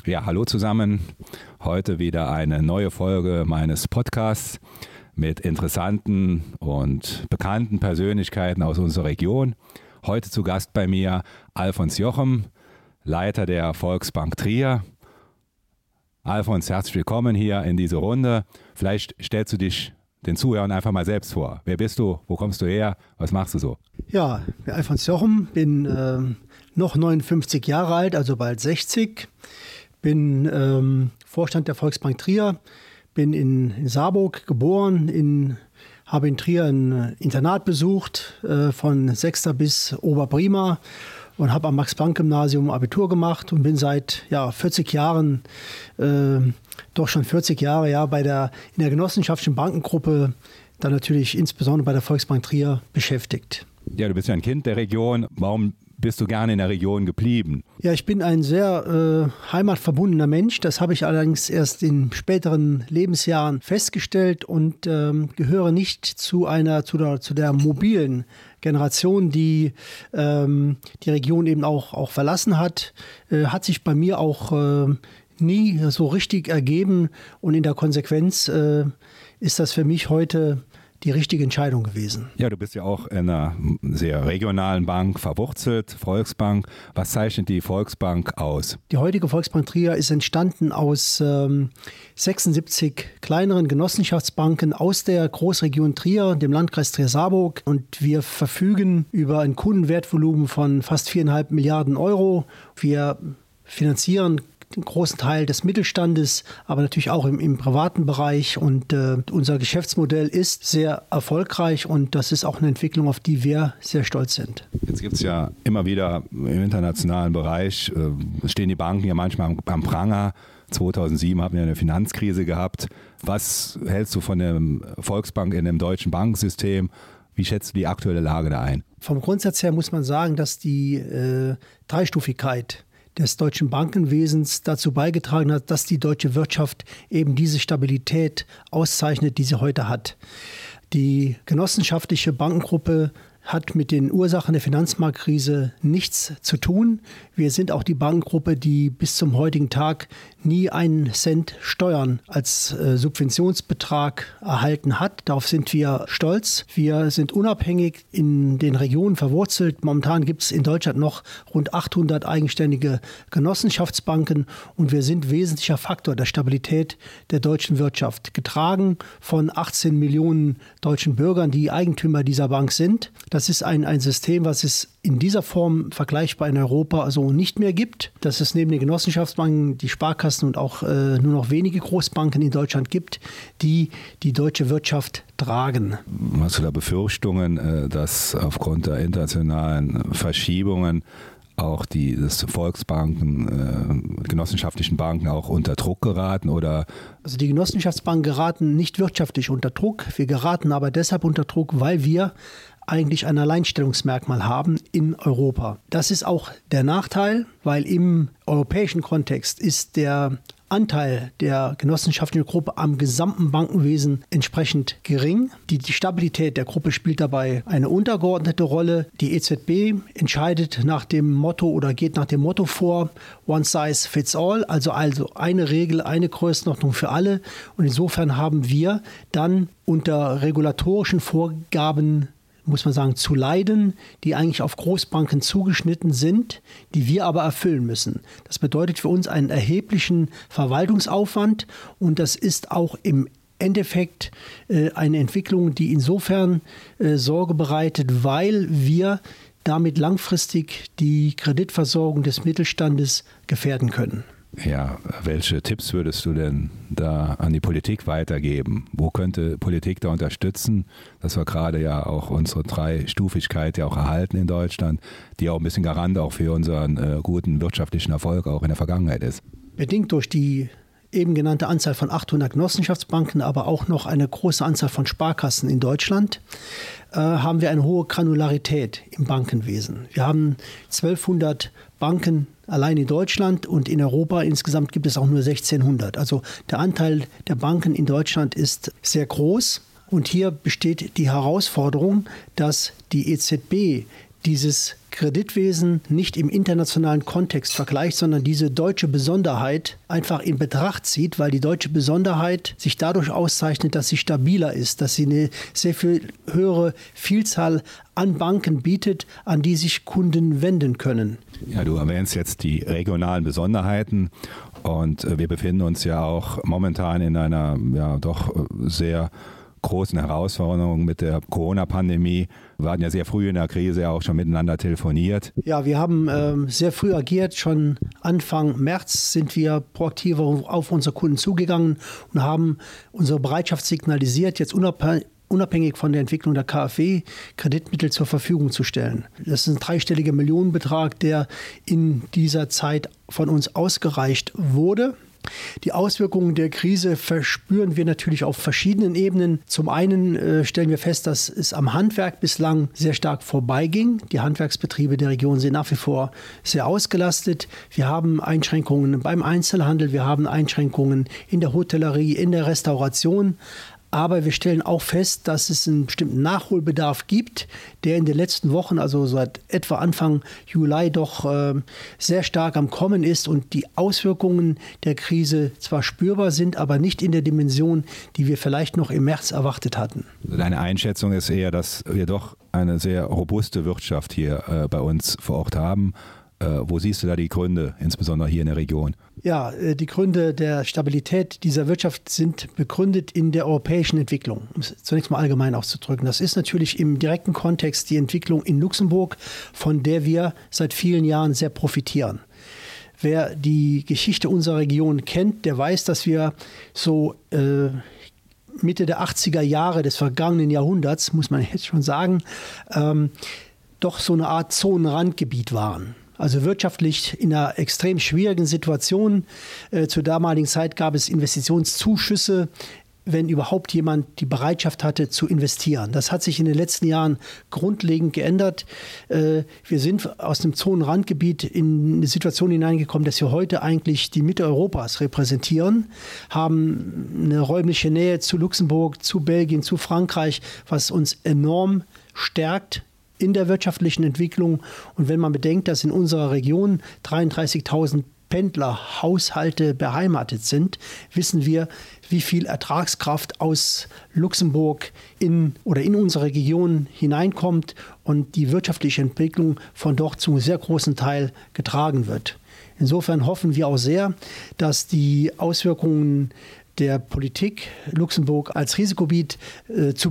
Ja, hallo zusammen. Heute wieder eine neue Folge meines Podcasts mit interessanten und bekannten Persönlichkeiten aus unserer Region. Heute zu Gast bei mir Alfons Jochem, Leiter der Volksbank Trier. Alfons, herzlich willkommen hier in dieser Runde. Vielleicht stellst du dich den Zuhörern einfach mal selbst vor. Wer bist du? Wo kommst du her? Was machst du so? Ja, ich bin Alfons Jochem, bin noch 59 Jahre alt, also bald 60. Bin Vorstand der Volksbank Trier, bin in Saarburg geboren, habe in Trier ein Internat besucht, von 6. bis Oberprima und habe am Max-Planck-Gymnasium Abitur gemacht und bin seit 40 Jahren, doch schon 40 Jahre in der genossenschaftlichen Bankengruppe, dann natürlich insbesondere bei der Volksbank Trier beschäftigt. Ja, du bist ja ein Kind der Region. Warum bist du gerne in der Region geblieben? Ja, ich bin ein sehr heimatverbundener Mensch. Das habe ich allerdings erst in späteren Lebensjahren festgestellt und gehöre nicht zu der mobilen Generation, die die Region eben auch verlassen hat. Hat sich bei mir auch nie so richtig ergeben und in der Konsequenz ist das für mich heute die richtige Entscheidung gewesen. Ja, du bist ja auch in einer sehr regionalen Bank verwurzelt, Volksbank. Was zeichnet die Volksbank aus? Die heutige Volksbank Trier ist entstanden aus 76 kleineren Genossenschaftsbanken aus der Großregion Trier, dem Landkreis Trier-Saarburg. Und wir verfügen über ein Kundenwertvolumen von fast 4,5 Milliarden Euro. Wir finanzieren den großen Teil des Mittelstandes, aber natürlich auch im privaten Bereich. Und unser Geschäftsmodell ist sehr erfolgreich und das ist auch eine Entwicklung, auf die wir sehr stolz sind. Jetzt gibt es ja immer wieder im internationalen Bereich, stehen die Banken ja manchmal am Pranger. 2007 haben wir eine Finanzkrise gehabt. Was hältst du von der Volksbank in dem deutschen Bankensystem? Wie schätzt du die aktuelle Lage da ein? Vom Grundsatz her muss man sagen, dass die Dreistufigkeit des deutschen Bankenwesens dazu beigetragen hat, dass die deutsche Wirtschaft eben diese Stabilität auszeichnet, die sie heute hat. Die genossenschaftliche Bankengruppe hat mit den Ursachen der Finanzmarktkrise nichts zu tun. Wir sind auch die Bankengruppe, die bis zum heutigen Tag nie einen Cent Steuern als Subventionsbetrag erhalten hat. Darauf sind wir stolz. Wir sind unabhängig in den Regionen verwurzelt. Momentan gibt es in Deutschland noch rund 800 eigenständige Genossenschaftsbanken und wir sind wesentlicher Faktor der Stabilität der deutschen Wirtschaft, getragen von 18 Millionen deutschen Bürgern, die Eigentümer dieser Bank sind. Das ist ein System, was es in dieser Form vergleichbar in Europa also nicht mehr gibt. Dass es neben den Genossenschaftsbanken, die Sparkassen und auch nur noch wenige Großbanken in Deutschland gibt, die die deutsche Wirtschaft tragen. Hast du da Befürchtungen, dass aufgrund der internationalen Verschiebungen auch die Volksbanken, genossenschaftlichen Banken auch unter Druck geraten? Oder? Also die Genossenschaftsbanken geraten nicht wirtschaftlich unter Druck. Wir geraten aber deshalb unter Druck, weil wir eigentlich ein Alleinstellungsmerkmal haben in Europa. Das ist auch der Nachteil, weil im europäischen Kontext ist der Anteil der genossenschaftlichen Gruppe am gesamten Bankenwesen entsprechend gering. Die Stabilität der Gruppe spielt dabei eine untergeordnete Rolle. Die EZB entscheidet nach dem Motto oder geht nach dem Motto vor, one size fits all, also eine Regel, eine Größenordnung für alle. Und insofern haben wir dann unter regulatorischen Vorgaben, muss man sagen, zu leiden, die eigentlich auf Großbanken zugeschnitten sind, die wir aber erfüllen müssen. Das bedeutet für uns einen erheblichen Verwaltungsaufwand und das ist auch im Endeffekt eine Entwicklung, die insofern Sorge bereitet, weil wir damit langfristig die Kreditversorgung des Mittelstandes gefährden können. Ja, welche Tipps würdest du denn da an die Politik weitergeben? Wo könnte Politik da unterstützen, dass wir gerade ja auch unsere Dreistufigkeit ja auch erhalten in Deutschland, die auch ein bisschen Garant auch für unseren guten wirtschaftlichen Erfolg auch in der Vergangenheit ist? Bedingt durch die eben genannte Anzahl von 800 Genossenschaftsbanken, aber auch noch eine große Anzahl von Sparkassen in Deutschland, haben wir eine hohe Granularität im Bankenwesen. Wir haben 1200 Banken allein in Deutschland und in Europa insgesamt gibt es auch nur 1600. Also der Anteil der Banken in Deutschland ist sehr groß und hier besteht die Herausforderung, dass die EZB dieses Kreditwesen nicht im internationalen Kontext vergleicht, sondern diese deutsche Besonderheit einfach in Betracht zieht, weil die deutsche Besonderheit sich dadurch auszeichnet, dass sie stabiler ist, dass sie eine sehr viel höhere Vielzahl an Banken bietet, an die sich Kunden wenden können. Ja, du erwähnst jetzt die regionalen Besonderheiten und wir befinden uns ja auch momentan in einer doch sehr großen Herausforderungen mit der Corona-Pandemie. Wir hatten ja sehr früh in der Krise auch schon miteinander telefoniert. Ja, wir haben sehr früh agiert. Schon Anfang März sind wir proaktiver auf unsere Kunden zugegangen und haben unsere Bereitschaft signalisiert, jetzt unabhängig von der Entwicklung der KfW Kreditmittel zur Verfügung zu stellen. Das ist ein dreistelliger Millionenbetrag, der in dieser Zeit von uns ausgereicht wurde. Die Auswirkungen der Krise verspüren wir natürlich auf verschiedenen Ebenen. Zum einen stellen wir fest, dass es am Handwerk bislang sehr stark vorbeiging. Die Handwerksbetriebe der Region sind nach wie vor sehr ausgelastet. Wir haben Einschränkungen beim Einzelhandel, wir haben Einschränkungen in der Hotellerie, in der Restauration. Aber wir stellen auch fest, dass es einen bestimmten Nachholbedarf gibt, der in den letzten Wochen, also seit etwa Anfang Juli, doch sehr stark am Kommen ist und die Auswirkungen der Krise zwar spürbar sind, aber nicht in der Dimension, die wir vielleicht noch im März erwartet hatten. Deine Einschätzung ist eher, dass wir doch eine sehr robuste Wirtschaft hier bei uns vor Ort haben. Wo siehst du da die Gründe, insbesondere hier in der Region? Ja, die Gründe der Stabilität dieser Wirtschaft sind begründet in der europäischen Entwicklung, um es zunächst mal allgemein auszudrücken. Das ist natürlich im direkten Kontext die Entwicklung in Luxemburg, von der wir seit vielen Jahren sehr profitieren. Wer die Geschichte unserer Region kennt, der weiß, dass wir so Mitte der 80er Jahre des vergangenen Jahrhunderts, muss man jetzt schon sagen, doch so eine Art Zonenrandgebiet waren. Also wirtschaftlich in einer extrem schwierigen Situation. Zur damaligen Zeit gab es Investitionszuschüsse, wenn überhaupt jemand die Bereitschaft hatte zu investieren. Das hat sich in den letzten Jahren grundlegend geändert. Wir sind aus dem Zonenrandgebiet in eine Situation hineingekommen, dass wir heute eigentlich die Mitte Europas repräsentieren, haben eine räumliche Nähe zu Luxemburg, zu Belgien, zu Frankreich, was uns enorm stärkt in der wirtschaftlichen Entwicklung. Und wenn man bedenkt, dass in unserer Region 33.000 Pendlerhaushalte beheimatet sind, wissen wir, wie viel Ertragskraft aus Luxemburg in unsere Region hineinkommt und die wirtschaftliche Entwicklung von dort zu einem sehr großen Teil getragen wird. Insofern hoffen wir auch sehr, dass die Auswirkungen der Politik, Luxemburg als Risikogebiet zu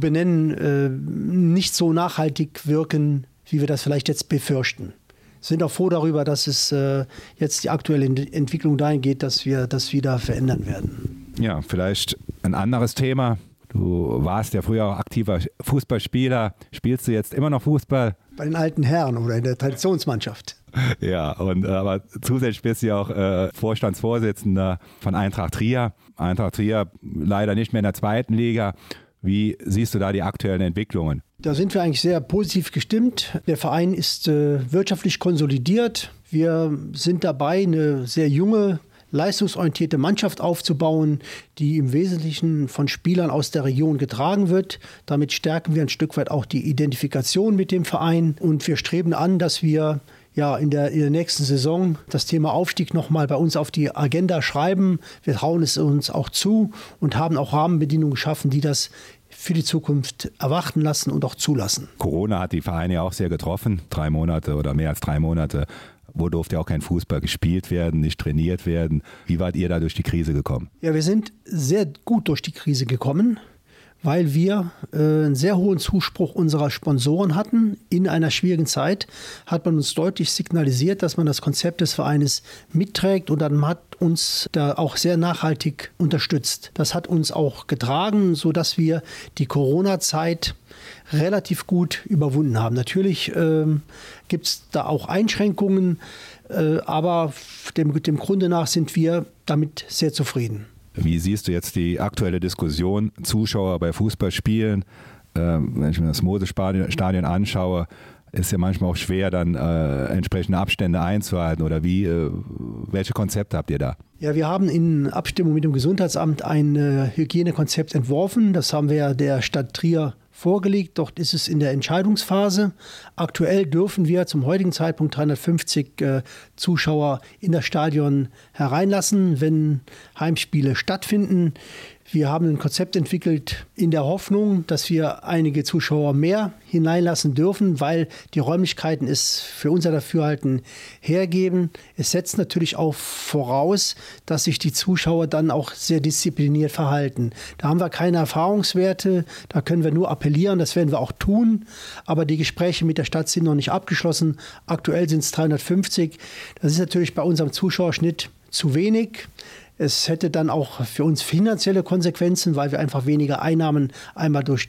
benennen, nicht so nachhaltig wirken, wie wir das vielleicht jetzt befürchten. Wir sind auch froh darüber, dass es jetzt die aktuelle Entwicklung dahin geht, dass wir das wieder verändern werden. Ja, vielleicht ein anderes Thema. Du warst ja früher auch aktiver Fußballspieler. Spielst du jetzt immer noch Fußball? Bei den alten Herren oder in der Traditionsmannschaft. Ja, aber zusätzlich bist du ja auch Vorstandsvorsitzender von Eintracht Trier. Eintracht Trier leider nicht mehr in der zweiten Liga. Wie siehst du da die aktuellen Entwicklungen? Da sind wir eigentlich sehr positiv gestimmt. Der Verein ist wirtschaftlich konsolidiert. Wir sind dabei, eine sehr junge, leistungsorientierte Mannschaft aufzubauen, die im Wesentlichen von Spielern aus der Region getragen wird. Damit stärken wir ein Stück weit auch die Identifikation mit dem Verein. Und wir streben an, dass wir in der nächsten Saison das Thema Aufstieg nochmal bei uns auf die Agenda schreiben. Wir trauen es uns auch zu und haben auch Rahmenbedingungen geschaffen, die das für die Zukunft erwarten lassen und auch zulassen. Corona hat die Vereine ja auch sehr getroffen. 3 Monate oder mehr als 3 Monate. Wo durfte ja auch kein Fußball gespielt werden, nicht trainiert werden. Wie wart ihr da durch die Krise gekommen? Ja, wir sind sehr gut durch die Krise gekommen, weil wir einen sehr hohen Zuspruch unserer Sponsoren hatten. In einer schwierigen Zeit hat man uns deutlich signalisiert, dass man das Konzept des Vereines mitträgt und dann hat uns da auch sehr nachhaltig unterstützt. Das hat uns auch getragen, sodass wir die Corona-Zeit relativ gut überwunden haben. Natürlich gibt es da auch Einschränkungen, aber dem Grunde nach sind wir damit sehr zufrieden. Wie siehst du jetzt die aktuelle Diskussion, Zuschauer bei Fußballspielen? Wenn ich mir das Mosestadion anschaue, ist ja manchmal auch schwer, dann entsprechende Abstände einzuhalten. Oder welche Konzepte habt ihr da? Ja, wir haben in Abstimmung mit dem Gesundheitsamt ein Hygienekonzept entworfen. Das haben wir der Stadt Trier vorgelegt. Dort ist es in der Entscheidungsphase. Aktuell dürfen wir zum heutigen Zeitpunkt 350 Zuschauer in das Stadion hereinlassen, wenn Heimspiele stattfinden. Wir haben ein Konzept entwickelt in der Hoffnung, dass wir einige Zuschauer mehr hineinlassen dürfen, weil die Räumlichkeiten es für unser Dafürhalten hergeben. Es setzt natürlich auch voraus, dass sich die Zuschauer dann auch sehr diszipliniert verhalten. Da haben wir keine Erfahrungswerte, da können wir nur appellieren, das werden wir auch tun. Aber die Gespräche mit der Stadt sind noch nicht abgeschlossen. Aktuell sind es 350. Das ist natürlich bei unserem Zuschauerschnitt zu wenig. Es hätte dann auch für uns finanzielle Konsequenzen, weil wir einfach weniger Einnahmen einmal durch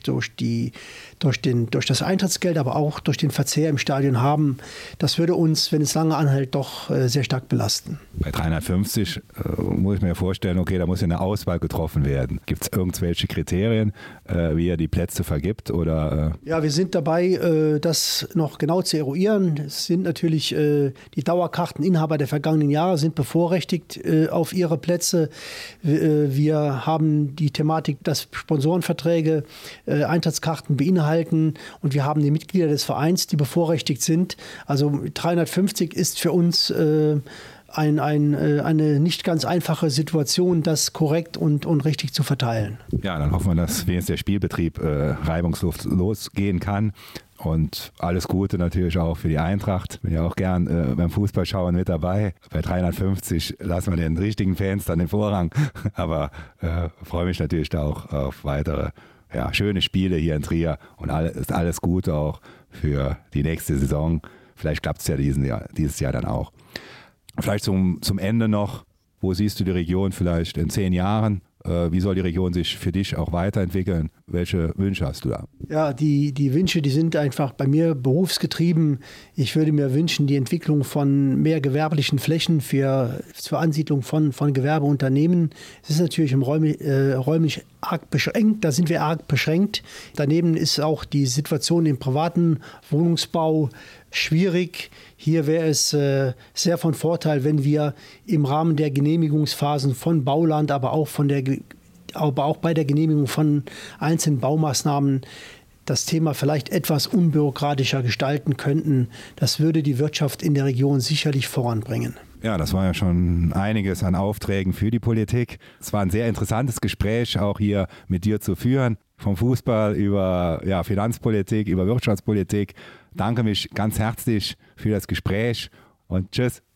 das Eintrittsgeld, aber auch durch den Verzehr im Stadion haben. Das würde uns, wenn es lange anhält, doch sehr stark belasten. Bei 350 muss ich mir vorstellen, okay, da muss ja eine Auswahl getroffen werden. Gibt es irgendwelche Kriterien, wie er die Plätze vergibt? Oder, Ja, wir sind dabei, das noch genau zu eruieren. Es sind natürlich die Dauerkarteninhaber der vergangenen Jahre sind bevorrechtigt auf ihre Plätze. Wir haben die Thematik, dass Sponsorenverträge Eintrittskarten beinhalten und wir haben die Mitglieder des Vereins, die bevorrechtigt sind. Also 350 ist für uns eine nicht ganz einfache Situation, das korrekt und richtig zu verteilen. Ja, dann hoffen wir, dass wenigstens der Spielbetrieb reibungslos losgehen kann. Und alles Gute natürlich auch für die Eintracht. Bin ja auch gern beim Fußballschauen mit dabei. Bei 350 lassen wir den richtigen Fans dann den Vorrang. Aber freue mich natürlich da auch auf weitere schöne Spiele hier in Trier. Und alles Gute auch für die nächste Saison. Vielleicht klappt es ja dieses Jahr dann auch. Vielleicht zum Ende noch, wo siehst du die Region vielleicht in 10 Jahren? Wie soll die Region sich für dich auch weiterentwickeln? Welche Wünsche hast du da? Ja, die Wünsche, die sind einfach bei mir berufsgetrieben. Ich würde mir wünschen, die Entwicklung von mehr gewerblichen Flächen zur Ansiedlung von Gewerbeunternehmen. Es ist natürlich räumlich arg beschränkt, da sind wir arg beschränkt. Daneben ist auch die Situation im privaten Wohnungsbau schwierig. Hier wäre es sehr von Vorteil, wenn wir im Rahmen der Genehmigungsphasen von Bauland, aber auch bei der Genehmigung von einzelnen Baumaßnahmen das Thema vielleicht etwas unbürokratischer gestalten könnten. Das würde die Wirtschaft in der Region sicherlich voranbringen. Ja, das war ja schon einiges an Aufträgen für die Politik. Es war ein sehr interessantes Gespräch, auch hier mit dir zu führen. Vom Fußball über Finanzpolitik, über Wirtschaftspolitik. Danke mich ganz herzlich für das Gespräch und tschüss.